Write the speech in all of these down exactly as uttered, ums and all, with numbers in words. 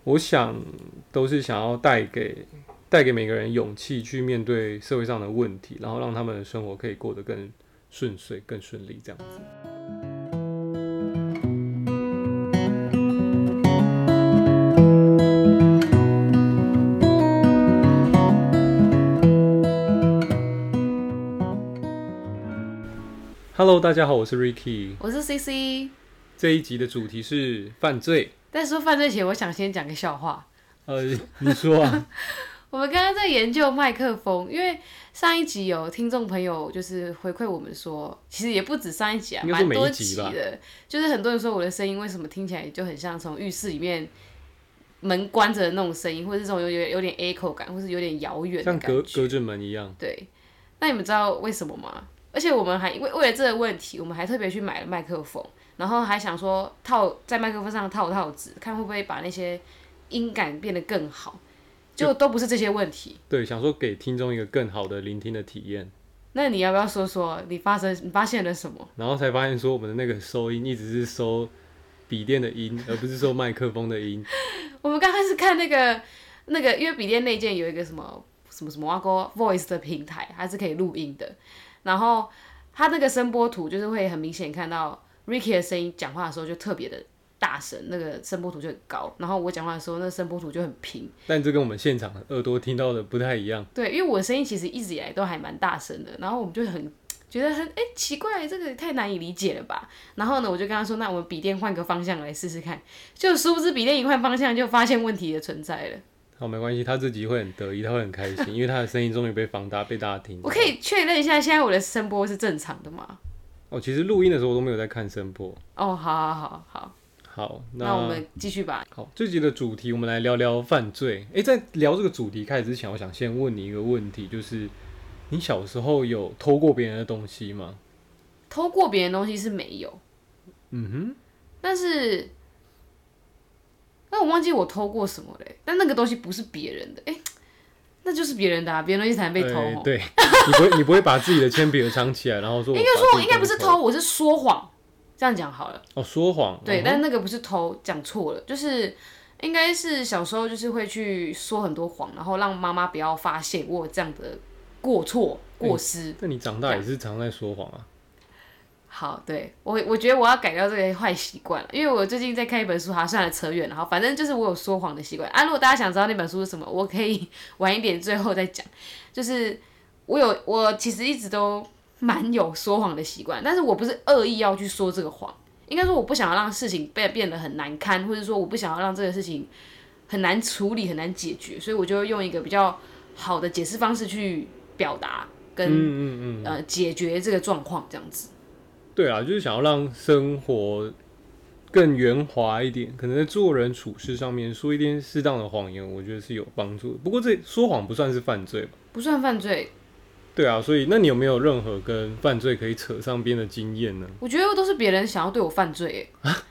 我想都是想要带给带给每个人勇气去面对社会上的问题，然后让他们的生活可以过得更顺遂、更顺利这样子。Hello， 大家好，我是 Ricky， 我是 C C。 这一集的主题是犯罪。 在说犯罪前，我想先讲个笑话。 呃，你说啊。 我们刚刚在研究麦克风，因为上一集有听众朋友就是回馈我们说，其实也不止上一集啊，蛮多集的。就是很多人说我的声音为什么听起来就很像从浴室里面门关着的那种声音，或者是这种有有点 echo 感，或是有点遥远的感觉， 像隔隔着门一样。 对，那你们知道为什么吗？而且我们还为为了这个问题，我们还特别去买了麦克风，然后还想说套在麦克风上套套子，看会不会把那些音感变得更好。结果都不是这些问题。 对，想说给听众一个更好的聆听的体验。 那你要不要说说你发生你发现了什么？ 然后才发现说我们的那个收音一直是收笔电的音，而不是收麦克风的音。 我们刚开始看那个那个，因为笔电内建有一个什么什么什么挖沟 Voice 的平台，它是可以录音的。然后它那个声波图就是会很明显看到 Ricky 的声音讲话的时候就特别的大声，那个声波图就很高，然后我讲话的时候那个声波图就很平。 但这跟我们现场耳朵听到的不太一样。 对，因为我的声音其实一直以来都还蛮大声的，然后我们就很觉得很哎、欸、奇怪，这个也太难以理解了吧。然后呢，我就跟他说，那我们笔电换个方向来试试看。就殊不知笔电一换方向，就发现问题的存在了。 好，没关系，他自己会很得意，他会很开心，因为他的声音终于被放大，被大家听到。 我可以确认一下，现在我的声波是正常的吗？ 哦，其实录音的时候我都没有在看声波。 哦，好好好好。 好，那, 那我们继续吧。 好，这集的主题我们来聊聊犯罪。哎，在聊这个主题开始之前，我想先问你一个问题，就是你小时候有偷过别人的东西吗？ 偷过别人的东西是没有。 嗯哼。但是，但我忘记我偷过什么嘞。但那个东西不是别人的，哎、欸，那就是别人的啊，别人的东西才能被偷、欸。 对，你不会，你不会把自己的铅笔盒藏起来，然后说我应该说，我应该不是偷，我是说谎。这样讲好了。 哦，说谎。 对， 嗯、 但那个不是偷，讲错了，就是应该是小时候就是会去说很多谎，然后让妈妈不要发现我有这样的过错、过失。 那、欸、你长大也是常在说谎啊？ 好，对我我觉得我要改掉这个坏习惯了，因为我最近在看一本书，好，算了，扯远了，好，反正就是我有说谎的习惯啊。如果大家想知道那本书是什么，我可以晚一点最后再讲。就是我有，我其实一直都蛮有说谎的习惯，但是我不是恶意要去说这个谎，应该说我不想要让事情变变得很难堪，或者说我不想要让这个事情很难处理、很难解决，所以我就会用一个比较好的解释方式去表达跟、嗯嗯嗯呃、解决这个状况，这样子。 对啊，就是想要让生活更圆滑一点，可能在做人处事上面说一点适当的谎言，我觉得是有帮助的。不过这说谎不算是犯罪吧？ 不算犯罪。 对啊，所以那你有没有任何跟犯罪可以扯上边的经验呢？ 我觉得都是别人想要对我犯罪欸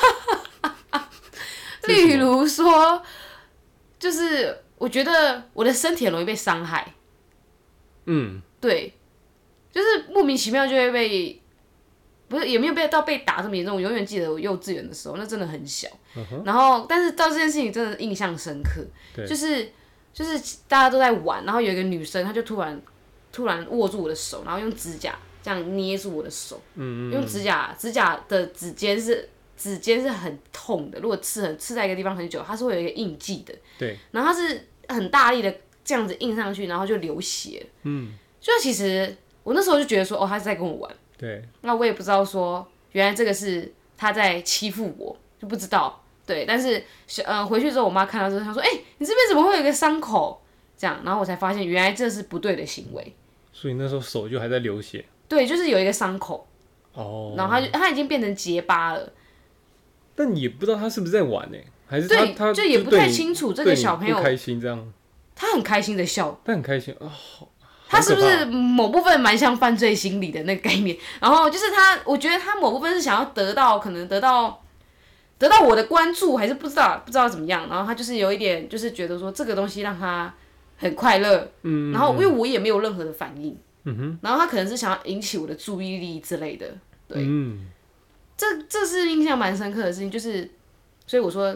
例如说，就是我觉得我的身体很容易被伤害。嗯，对，就是莫名其妙就会被。不是也没有被到被打这么严重，我永远记得我幼稚园的时候，那真的很小。Uh-huh. 然后，但是到这件事情真的印象深刻，就是就是大家都在玩，然后有一个女生，她就突然突然握住我的手，然后用指甲这样捏住我的手，嗯嗯用指甲指甲的指尖是指尖是很痛的，如果刺很刺在一个地方很久，它是会有一个印记的。对，然后它是很大力的这样子印上去，然后就流血。嗯，就其实我那时候就觉得说，哦，他是在跟我玩。对，那我也不知道说，原来这个是他在欺负我，就不知道。对，但是呃回去之后，我妈看到之后，她说：“哎、欸，你这边怎么会有一个伤口？”这样，然后我才发现，原来这是不对的行为。所以那时候手就还在流血。对，就是有一个伤口。哦。然后他就他已经变成结疤了。但你也不知道他是不是在玩呢、欸？还是他对他就也不太清楚这个小朋友不开心这样。他很开心的笑。他很开心啊。哦他是不是某部分蛮像犯罪心理的那个概念？然后就是他，我觉得他某部分是想要得到，可能得到得到我的关注，还是不知道不知道怎么样。然后他就是有一点，就是觉得说这个东西让他很快乐。嗯。然后因为我也没有任何的反应。嗯哼。然后他可能是想要引起我的注意力之类的。对。嗯。这这是印象蛮深刻的事情，就是所以我说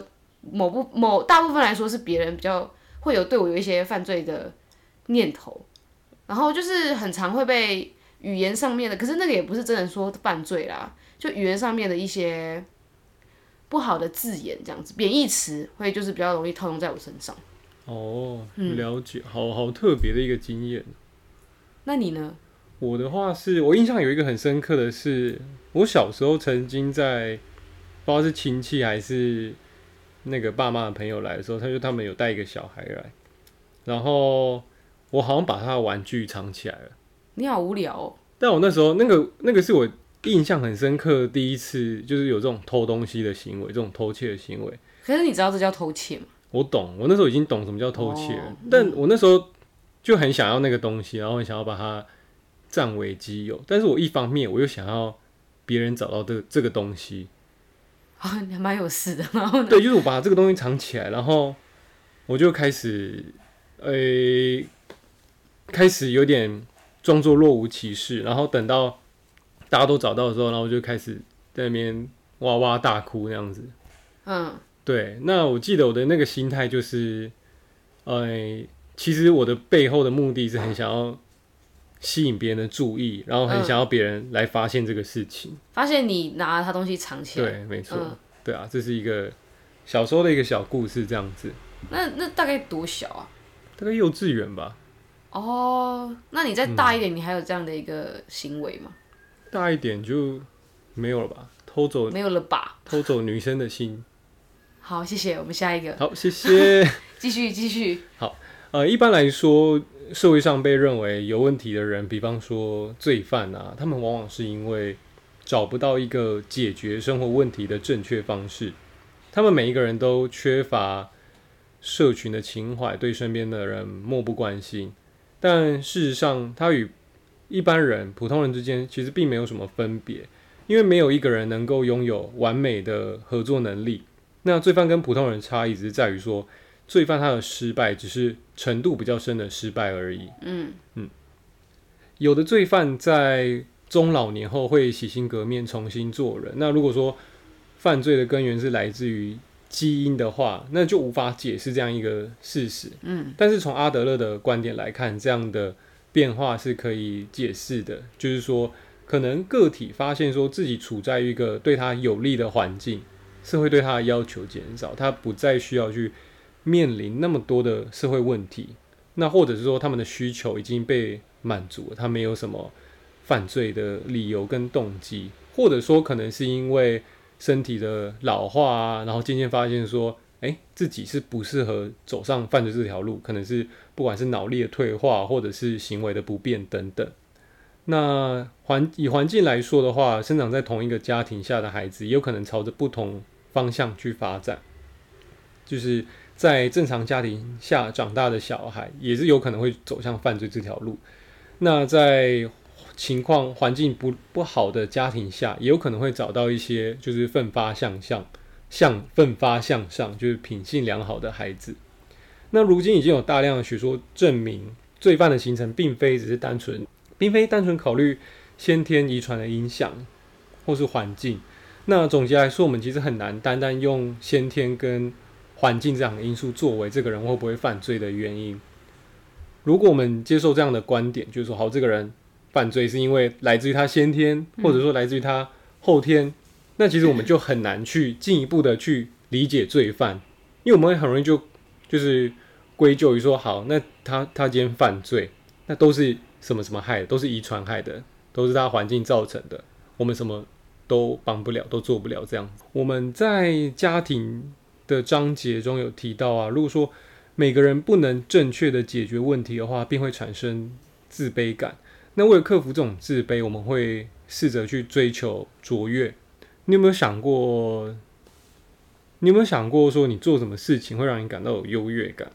某部某大部分来说是别人比较会有对我有一些犯罪的念头，然后就是很常会被语言上面的，可是那个也不是真的说犯罪啦，就语言上面的一些不好的字眼这样子，贬义词会就是比较容易套用在我身上。 哦，了解，嗯、好好特别的一个经验。 那你呢？ 我的话是我印象有一个很深刻的是，我小时候曾经在不知道是亲戚还是那个爸妈的朋友来的时候，他就他们有带一个小孩来，然后我好像把他的玩具藏起来了。 你好无聊哦。 但我那时候那个那个是我印象很深刻的第一次，就是有这种偷东西的行为，这种偷窃的行为。 可是你知道这叫偷窃吗？ 我懂，我那时候已经懂什么叫偷窃了，哦嗯、但我那时候就很想要那个东西，然后很想要把它占为己有。但是我一方面我又想要别人找到这个这个东西， 啊、哦，你还蛮有事的。然后呢？ 对，就是我把这个东西藏起来，然后我就开始，呃、欸，开始有点装作若无其事，然后等到大家都找到的时候，然后我就开始在那边哇哇大哭那样子。嗯。对，那我记得我的那个心态就是，呃，其实我的背后的目的是很想要吸引别人的注意，然后很想要别人来发现这个事情，嗯、 发现你拿他东西藏起来。 对，没错，嗯、对啊，这是一个小时候的一个小故事，这样子。 那那大概多小啊？ 大概幼稚园吧。 哦，那你再大一点，嗯、你还有这样的一个行为吗？ 大一点就没有了吧？偷走没有了吧？ 偷走女生的心。 好，谢谢。我们下一个。 好，谢谢。 继续，继续。 好，呃，一般来说，社会上被认为有问题的人，比方说罪犯啊，他们往往是因为找不到一个解决生活问题的正确方式。他们每一个人都缺乏社群的情怀，对身边的人漠不关心。但事实上，他与一般人、普通人之间其实并没有什么分别，因为没有一个人能够拥有完美的合作能力。那罪犯跟普通人的差异只是在于说，罪犯他的失败只是程度比较深的失败而已。嗯嗯，有的罪犯在中老年后会洗心革面，重新做人。那如果说犯罪的根源是来自于基因的话，那就无法解释这样一个事实。嗯，但是从阿德勒的观点来看，这样的变化是可以解释的，就是说，可能个体发现说自己处在一个对他有利的环境。社会对他的要求减少，他不再需要去面临那么多的社会问题，那或者是说他们的需求已经被满足了，他没有什么犯罪的理由跟动机，或者说可能是因为身体的老化啊，然后渐渐发现说，哎，自己是不适合走上犯罪这条路，可能是不管是脑力的退化，或者是行为的不便等等。那环以环境来说的话，生长在同一个家庭下的孩子，也有可能朝着不同方向去发展，就是在正常家庭下长大的小孩，也是有可能会走向犯罪这条路。那在情况环境不不好的家庭下，也有可能会找到一些就是奋发向上、向奋发向上，就是品性良好的孩子。那如今已经有大量的学说证明，罪犯的形成并非只是单纯，并非单纯考虑先天遗传的影响或是环境。那总结来说，我们其实很难单单用先天跟环境这两个因素作为这个人会不会犯罪的原因。如果我们接受这样的观点，就是说，好，这个人犯罪是因为来自于他先天，或者说来自于他后天，嗯、那其实我们就很难去进一步的去理解罪犯，因为我们会很容易就就是归咎于说，好，那他他今天犯罪，那都是什么什么害的，都是遗传害的，都是他环境造成的，我们什么都帮不了，都做不了这样。我们在家庭的章节中有提到啊，如果说每个人不能正确的解决问题的话，便会产生自卑感。那为了克服这种自卑，我们会试着去追求卓越。你有没有想过？你有没有想过说，你做什么事情会让你感到有优越感？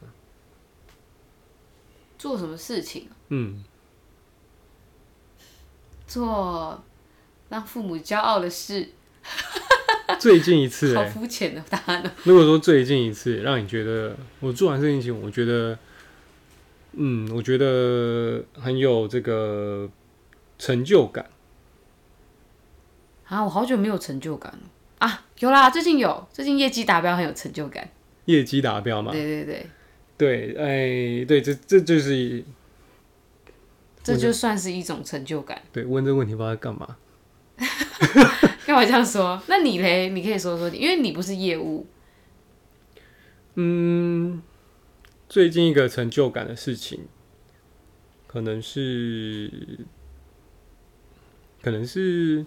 做什么事情？ 嗯， 做让父母骄傲的事。 最近一次、欸， 好肤浅的答案哦。 如果说最近一次让你觉得我做完这件事情，我觉得，嗯，我觉得很有这个成就感。 啊，我好久没有成就感了啊！有啦，最近有，最近业绩达标很有成就感。 业绩达标嘛。 对对对， 对，哎，对，这这就是这就算是一种成就感。 对，问这个问题不知道在干嘛。 干嘛这样说？那你嘞？你可以说说你，因为你不是业务。 嗯，最近一个成就感的事情，可能是，可能是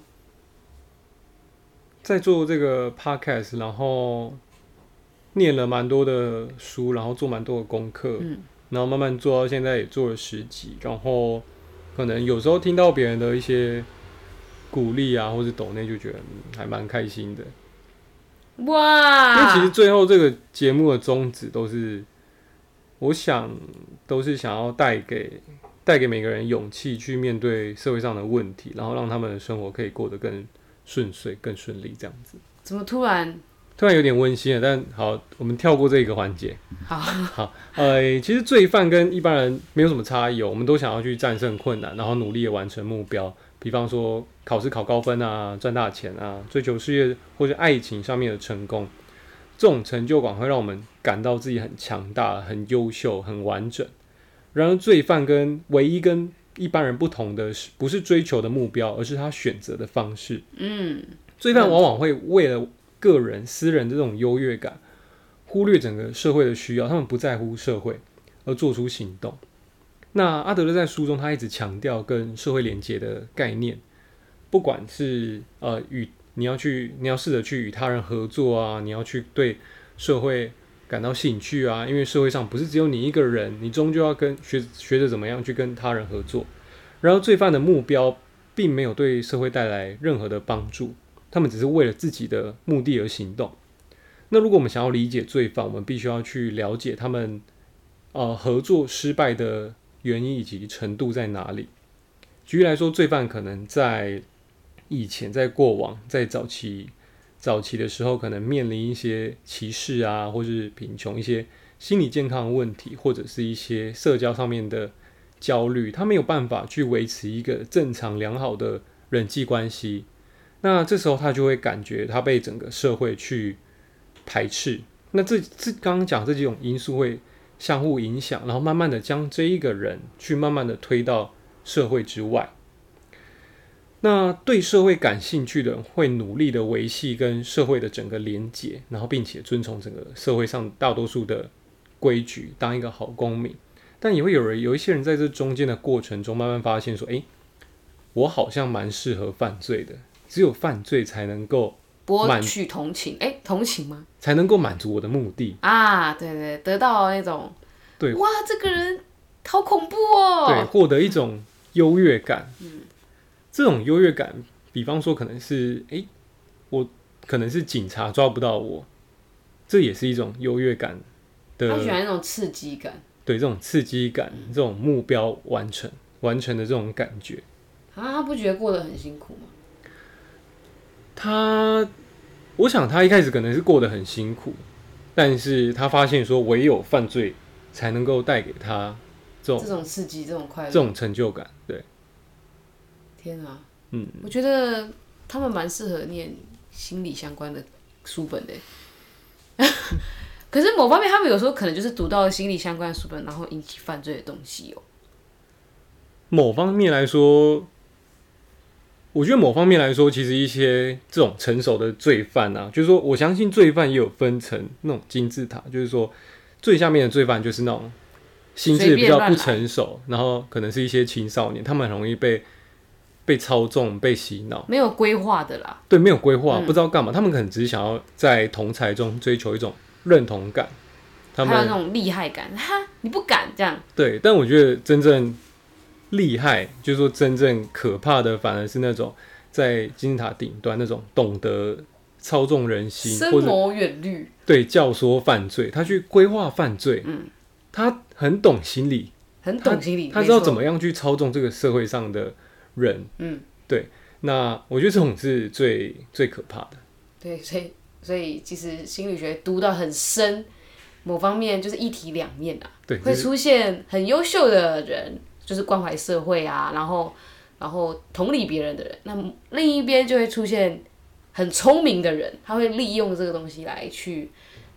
在做这个 podcast，然后念了蛮多的书，然后做蛮多的功课，嗯，然后慢慢做到现在也做了十集，然后可能有时候听到别人的一些鼓励啊，或者抖内，就觉得、嗯、还蛮开心的。哇！因为其实最后这个节目的宗旨都是，我想都是想要带给带给每个人勇气去面对社会上的问题，然后让他们的生活可以过得更顺遂、更顺利，这样子。 怎么突然？ 突然有点温馨了，但好，我们跳过这个环节。好，好，呃，其实罪犯跟一般人没有什么差异哦，我们都想要去战胜困难，然后努力的完成目标。比方说考试考高分啊，赚大钱啊，追求事业或者爱情上面的成功，这种成就感会让我们感到自己很强大、很优秀、很完整。然而，罪犯跟唯一跟一般人不同的是，不是追求的目标，而是他选择的方式。嗯，罪犯往往会为了个人、私人的这种优越感，忽略整个社会的需要，他们不在乎社会，而做出行动。那阿德勒在书中，他一直强调跟社会连结的概念，不管是呃与你要去，你要试着去与他人合作啊，你要去对社会感到兴趣啊，因为社会上不是只有你一个人，你终究要跟学学着怎么样去跟他人合作。然后罪犯的目标并没有对社会带来任何的帮助，他们只是为了自己的目的而行动。那如果我们想要理解罪犯，我们必须要去了解他们呃合作失败的原因以及程度在哪里。举例来说，罪犯可能在以前、在过往、在早期、早期的时候，可能面临一些歧视啊，或是贫穷、一些心理健康的问题，或者是一些社交上面的焦虑，他没有办法去维持一个正常良好的人际关系。那这时候他就会感觉他被整个社会去排斥。那这这刚刚讲这几种因素会相互影响，然后慢慢的将这一个人去慢慢的推到社会之外。那对社会感兴趣的人会努力的维系跟社会的整个连结，然后并且遵从整个社会上大多数的规矩，当一个好公民。但也会有人有一些人在这中间的过程中慢慢发现说，哎，我好像蛮适合犯罪的，只有犯罪才能够博取同情，哎，同情吗？ 才能够满足我的目的啊！对对，得到那种， 对， 哇，这个人好恐怖哦！ 对，获得一种优越感。嗯，这种优越感，比方说可能是，哎，我可能是警察抓不到我，这也是一种优越感的。 他喜欢那种刺激感。 对，这种刺激感，这种目标完成完成的这种感觉。 啊，他不觉得过得很辛苦吗？ 他，我想他一开始可能是过得很辛苦，但是他发现说，唯有犯罪才能够带给他这种这种刺激、这种快乐、 这种成就感。对， 天啊，嗯，我觉得他们蛮适合念心理相关的书本的。可是某方面，他们有时候可能就是读到心理相关的书本，然后引起犯罪的东西哦。 某方面来说，我觉得某方面来说，其实一些这种成熟的罪犯啊，就是说，我相信罪犯也有分成那种金字塔，就是说，最下面的罪犯就是那种心智比较不成熟，然后可能是一些青少年，他们很容易被被操纵、被洗脑， 没有规划的啦。 对，没有规划，嗯、不知道干嘛，他们可能只是想要在同侪中追求一种认同感，他们还有那种厉害感，哈，你不敢这样。 对，但我觉得真正厉害，就是说真正可怕的，反而是那种在金字塔顶端那种懂得操纵人心、 深谋远虑， 对，教唆犯罪，他去规划犯罪，嗯，他很懂心理， 很懂心理， 他, 他知道怎么样去操纵这个社会上的人，嗯，对。那我觉得这种是最最可怕的。 对，所以所以其实心理学读到很深，某方面就是一体两面啊， 对， 会出现很优秀的人。就是关怀社会啊，然后然后同理别人的人，那另一边就会出现很聪明的人，他会利用这个东西来去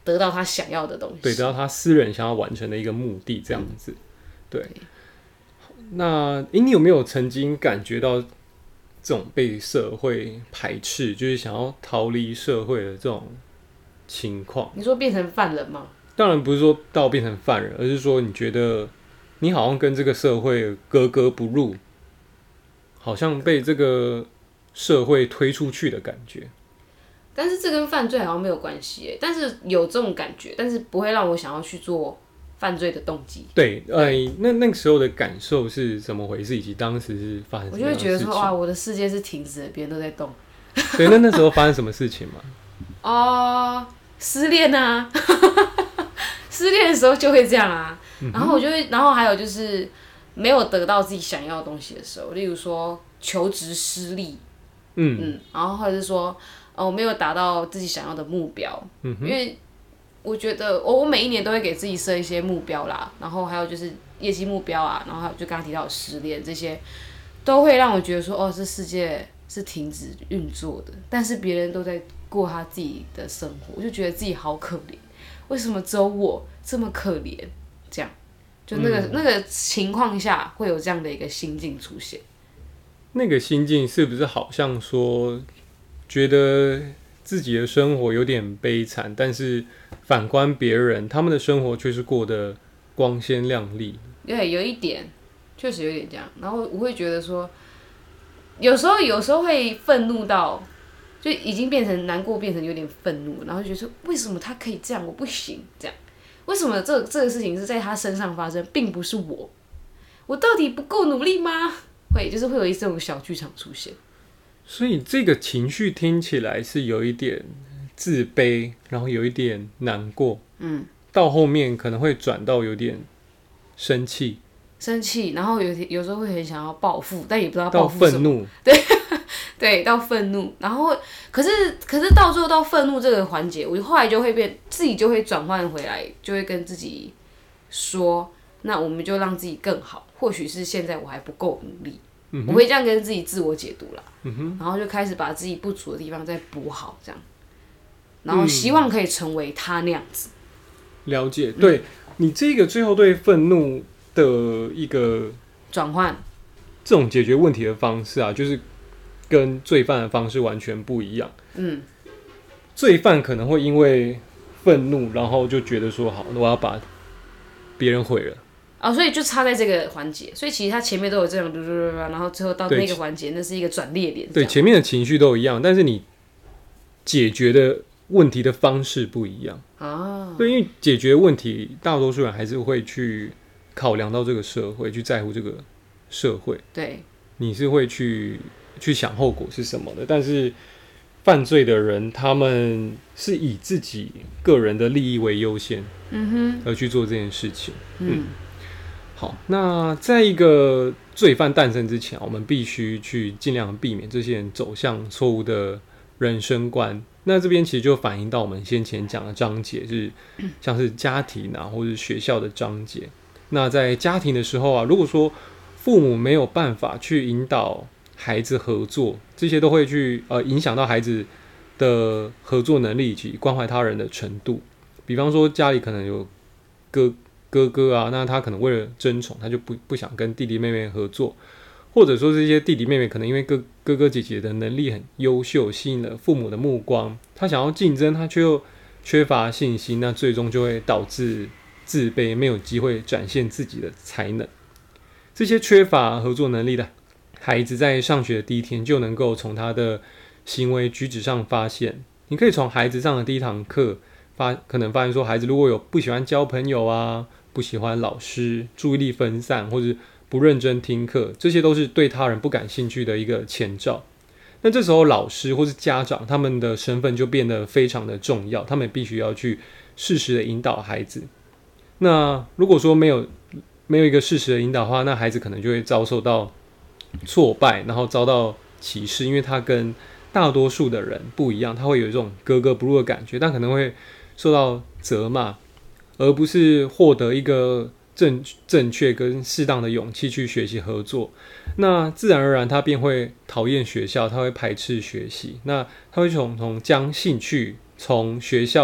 得到他想要的东西， 对，得到他私人想要完成的一个目的，这样子。嗯、对。对，那诶，你有没有曾经感觉到这种被社会排斥，就是想要逃离社会的这种情况？ 你说变成犯人吗？ 当然不是说到变成犯人，而是说你觉得你好像跟这个社会格格不入，好像被这个社会推出去的感觉。 但是这跟犯罪好像没有关系耶，但是有这种感觉，但是不会让我想要去做犯罪的动机。 对，呃，那那个时候的感受是怎么回事，以及当时是发生什么样的事情？我就会觉得说， 哇，我的世界是停止的，别人都在动。 对，那那时候发生什么事情吗？ 哦、呃，失恋啊，失恋的时候就会这样啊。嗯、然后我就会，然后还有就是没有得到自己想要的东西的时候，例如说求职失利，嗯嗯，然后或者是说。哦，我没有达到自己想要的目标，嗯、因为我觉得我我每一年都会给自己设一些目标啦，然后还有就是业绩目标啊，然后还有就刚刚提到的失恋这些，都会让我觉得说，哦，这世界是停止运作的，但是别人都在过他自己的生活，我就觉得自己好可怜，为什么只有我这么可怜？这样，就那个、嗯、那个情况下会有这样的一个心境出现。 那个心境是不是好像说？觉得自己的生活有点悲惨，但是反观别人，他们的生活却是过得光鲜亮丽。 对，有一点，确实有点这样。然后我会觉得说，有时候有时候会愤怒到，就已经变成难过，变成有点愤怒，然后就觉得说，为什么他可以这样，我不行？这样，为什么这这个事情是在他身上发生，并不是我？我到底不够努力吗？会，就是会有一这种小剧场出现。 所以这个情绪听起来是有一点自卑，然后有一点难过，嗯，到后面可能会转到有点生气， 生气，然后有有时候会很想要报复，但也不知道报复什么， 到愤怒， 对对，到愤怒，然后可是可是到最后到愤怒这个环节，我后来就会变，自己就会转换回来，就会跟自己说，那我们就让自己更好，或许是现在我还不够努力。我会这样跟自己自我解读啦，嗯、然后就开始把自己不足的地方再补好，这样，然后希望可以成为他那样子。 嗯、了解，对、嗯、你这个最后对愤怒的一个转换， 这种解决问题的方式啊，就是跟罪犯的方式完全不一样。嗯，罪犯可能会因为愤怒，然后就觉得说好，我要把别人毁了。 哦，所以就差在这个环节，所以其实他前面都有这样，然后最后到那个环节，那是一个转捩点。 对，前面的情绪都一样，但是你解决的问题的方式不一样啊。对，因为解决问题，大多数人还是会去考量到这个社会，去在乎这个社会。 对， 你是会去去想后果是什么的，但是犯罪的人，他们是以自己个人的利益为优先，嗯哼，而去做这件事情。嗯。嗯，好，那在一个罪犯诞生之前，我们必须去尽量避免这些人走向错误的人生观。那这边其实就反映到我们先前讲的章节，是像是家庭啊，或是学校的章节。那在家庭的时候啊，如果说父母没有办法去引导孩子合作，这些都会去呃影响到孩子的合作能力以及关怀他人的程度。比方说家里可能有哥哥哥啊，那他可能为了争宠，他就不不想跟弟弟妹妹合作，或者说这些弟弟妹妹可能因为哥哥哥姐姐的能力很优秀，吸引了父母的目光，他想要竞争，他却又缺乏信心，那最终就会导致自卑，没有机会展现自己的才能。这些缺乏合作能力的孩子，在上学的第一天就能够从他的行为举止上发现。你可以从孩子上的第一堂课发，可能发现说，孩子如果有不喜欢交朋友啊，不喜欢老师，注意力分散，或者不认真听课，这些都是对他人不感兴趣的一个前兆。那这时候老师或是家长，他们的身份就变得非常的重要，他们必须要去适时的引导孩子。那如果说没有没有一个适时的引导的话，那孩子可能就会遭受到挫败，然后遭到歧视，因为他跟大多数的人不一样，他会有一种格格不入的感觉，但可能会受到责骂，而不是获得一个正正确跟适当的勇气去学习合作。那自然而然他便会讨厌学校，他会排斥学习，那他会从从将兴趣从学校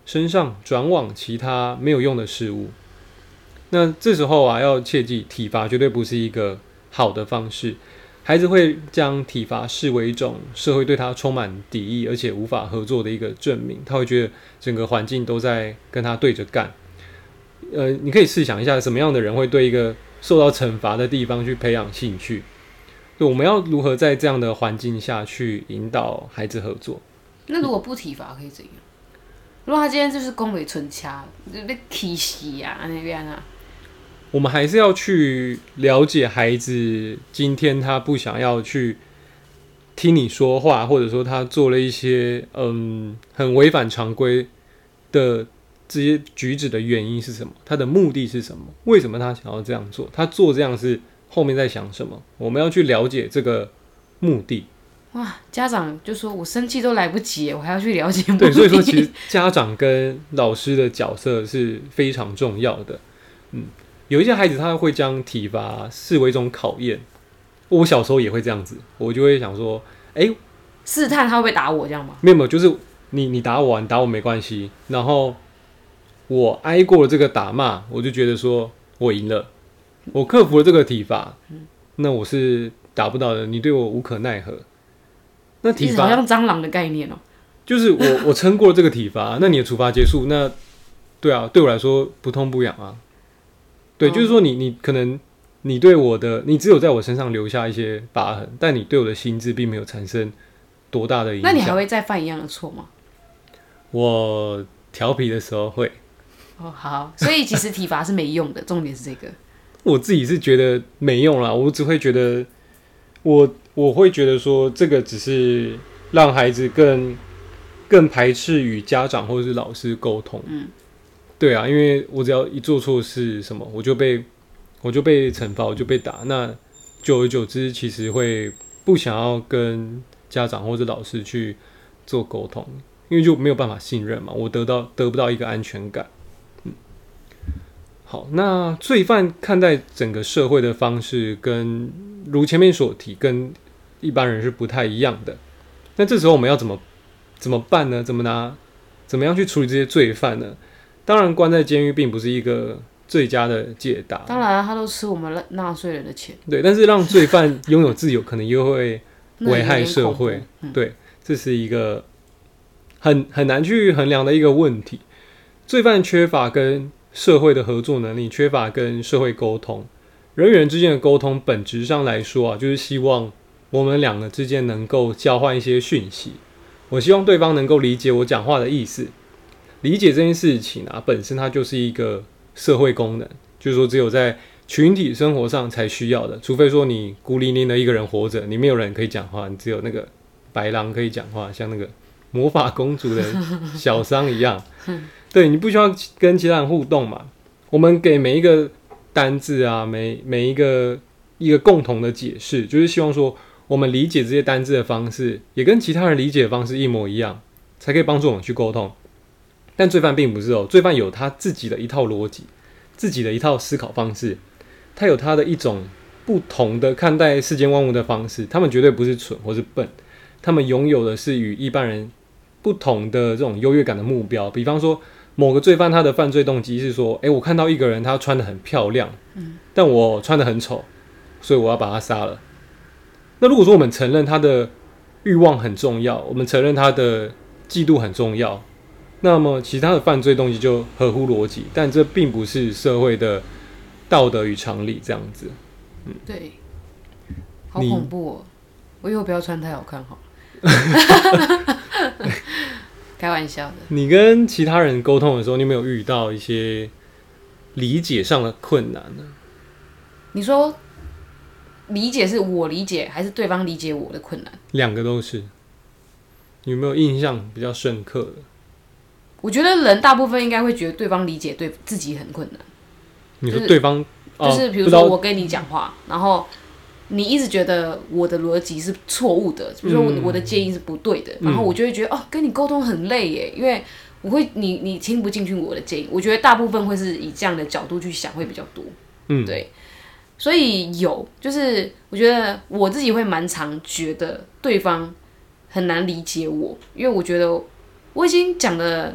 身上转往其他没有用的事物。那这时候啊，要切记，体罚绝对不是一个好的方式。孩子会将体罚视为一种社会对他充满敌意，而且无法合作的一个证明。他会觉得整个环境都在跟他对着干。呃，你可以试想一下，什么样的人会对一个受到惩罚的地方去培养兴趣？我们要如何在这样的环境下去引导孩子合作？ 那如果不体罚可以怎样？如果他今天就是恭维唇掐，被气死啊那边啊？ 我们还是要去了解孩子今天他不想要去听你说话，或者说他做了一些嗯很违反常规的这些举止的原因是什么？他的目的是什么？为什么他想要这样做？他做这样是后面在想什么？我们要去了解这个目的。 哇，家长就说我生气都来不及，我还要去了解目的。 对，所以说其实家长跟老师的角色是非常重要的。嗯。有一些孩子他会将体罚视为一种考验，我小时候也会这样子，我就会想说，哎、欸， 试探他会不会打我这样吗？ 没有没有，就是你你打我，你打我没关系，然后我挨过了这个打骂，我就觉得说我赢了，我克服了这个体罚，那我是打不到的，你对我无可奈何。那体罚好像蟑螂的概念哦、喔， 就是我我撑过了这个体罚，那你的处罚结束，那对啊，对我来说不痛不痒啊。对，就是说你，你可能你对我的，你只有在我身上留下一些疤痕，但你对我的心智并没有产生多大的影响。 那你还会再犯一样的错吗？ 我调皮的时候会。 哦，好，所以其实体罚是没用的，重点是这个。 我自己是觉得没用啦，我只会觉得，我我会觉得说，这个只是让孩子更更排斥与家长或者是老师沟通。嗯。对啊，因为我只要一做错事什么，我就被我就被惩罚，我就被打。那久而久之，其实会不想要跟家长或者老师去做沟通，因为就没有办法信任嘛，我得到得不到一个安全感。嗯，好，那罪犯看待整个社会的方式，跟如前面所提，跟一般人是不太一样的。那这时候我们要怎么怎么办呢？怎么拿怎么样去处理这些罪犯呢？当然，关在监狱并不是一个最佳的解答。 当然，他都吃我们纳税人的钱。 对，但是让罪犯拥有自由，可能又会危害社会。嗯、对，这是一个很很难去衡量的一个问题。罪犯缺乏跟社会的合作能力，缺乏跟社会沟通。人与人之间的沟通，本质上来说啊，就是希望我们两个之间能够交换一些讯息。我希望对方能够理解我讲话的意思。理解这件事情啊，本身它就是一个社会功能，就是说只有在群体生活上才需要的，除非说你孤零零的一个人活着，你没有人可以讲话，你只有那个白狼可以讲话，像那个魔法公主的小桑一样。对，你不需要跟其他人互动嘛。我们给每一个单字啊，每每一个一个共同的解释，就是希望说我们理解这些单字的方式，也跟其他人理解的方式一模一样，才可以帮助我们去沟通。但罪犯并不是哦，罪犯有他自己的一套逻辑，自己的一套思考方式，他有他的一种不同的看待世间万物的方式。他们绝对不是蠢或是笨，他们拥有的是与一般人不同的这种优越感的目标。比方说，某个罪犯他的犯罪动机是说，诶，我看到一个人他穿得很漂亮，但我穿得很丑，所以我要把他杀了。那如果说我们承认他的欲望很重要，我们承认他的嫉妒很重要，那么其他的犯罪动机就合乎逻辑，但这并不是社会的道德与常理这样子。嗯， 对，好恐怖哦！我以后不要穿太好看好了。开玩笑的。 你跟其他人沟通的时候，你有没有遇到一些理解上的困难呢？ 你说理解是我理解，还是对方理解我的困难？两个都是。你有没有印象比较深刻的？ 我觉得人大部分应该会觉得对方理解对自己很困难。 你说对方、 就是、就是比如说我跟你讲话，然后你一直觉得我的逻辑是错误的，比如说我的建议是不对的，嗯、然后我就会觉得哦，跟你沟通很累耶，因为我会你你听不进去我的建议。我觉得大部分会是以这样的角度去想会比较多。嗯，对。所以有就是我觉得我自己会蛮常觉得对方很难理解我，因为我觉得我已经讲的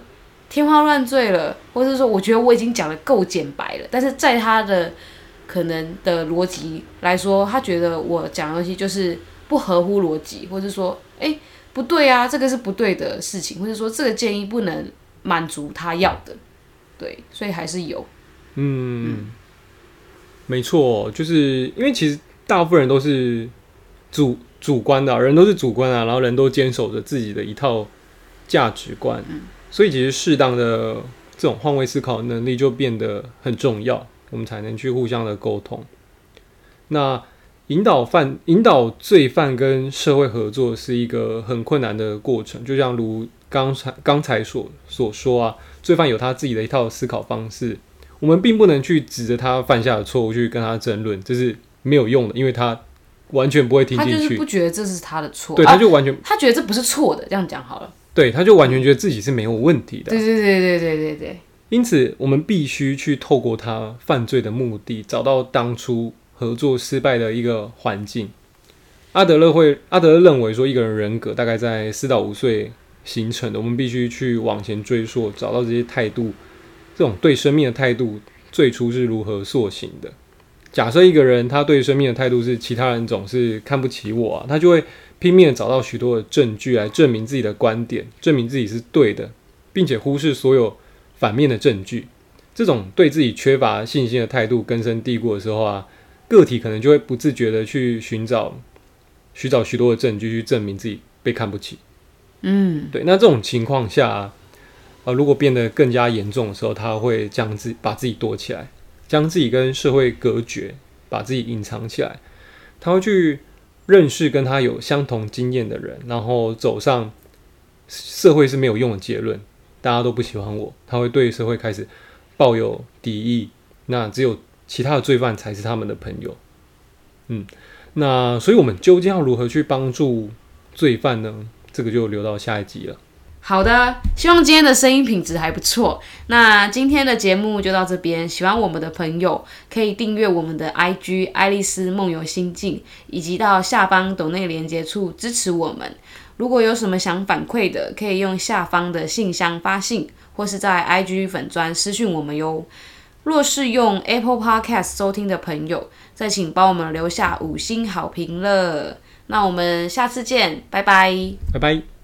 天花乱坠了，或者是说我觉得我已经讲的够简白了，但是在他的可能的逻辑来说，他觉得我讲的东西就是不合乎逻辑，或者说哎、欸、不对啊，这个是不对的事情，或者说这个建议不能满足他要的，对，所以还是有。 嗯，嗯没错，就是因为其实大部分人都是主主观的、啊，人都是主观啊，然后人都坚守着自己的一套价值观。嗯所以其实适当的这种换位思考的能力就变得很重要，我们才能去互相的沟通。那引导犯、引导罪犯跟社会合作是一个很困难的过程，就像如刚才刚才所所说啊，罪犯有他自己的一套思考方式，我们并不能去指着他犯下的错误去跟他争论，这是没有用的，因为他完全不会听进去。 他就是不觉得这是他的错， 对，他就完全、啊、 他觉得这不是错的，这样讲好了。 对，他就完全觉得自己是没有问题的、啊。 对对对对对对对。 因此，我们必须去透过他犯罪的目的，找到当初合作失败的一个环境。阿德勒会，阿德勒认为说，一个人人格大概在四到五岁形成的。我们必须去往前追溯，找到这些态度，这种对生命的态度最初是如何塑形的。假设一个人他对生命的态度是其他人总是看不起我啊，他就会拼命的找到许多的证据来证明自己的观点，证明自己是对的，并且忽视所有反面的证据。这种对自己缺乏信心的态度根深蒂固的时候啊，个体可能就会不自觉的去寻找寻找许多的证据去证明自己被看不起。嗯，对。那这种情况下啊，呃，如果变得更加严重的时候，他会将自把自己躲起来，将自己跟社会隔绝，把自己隐藏起来。他会去认识跟他有相同经验的人，然后走上社会是没有用的结论，大家都不喜欢我，他会对社会开始抱有敌意，那只有其他的罪犯才是他们的朋友。嗯，那所以我们究竟要如何去帮助罪犯呢？这个就留到下一集了。 好的，希望今天的声音品质还不错。那今天的节目就到这边，喜欢我们的朋友可以订阅我们的 I G 爱丽丝梦游心境，以及到下方抖内连结处支持我们。如果有什么想反馈的，可以用下方的信箱发信，或是在 I G 粉专私讯我们哟。若是用 Apple Podcast 收听的朋友，再请帮我们留下五星好评了。那我们下次见，拜拜， 拜拜。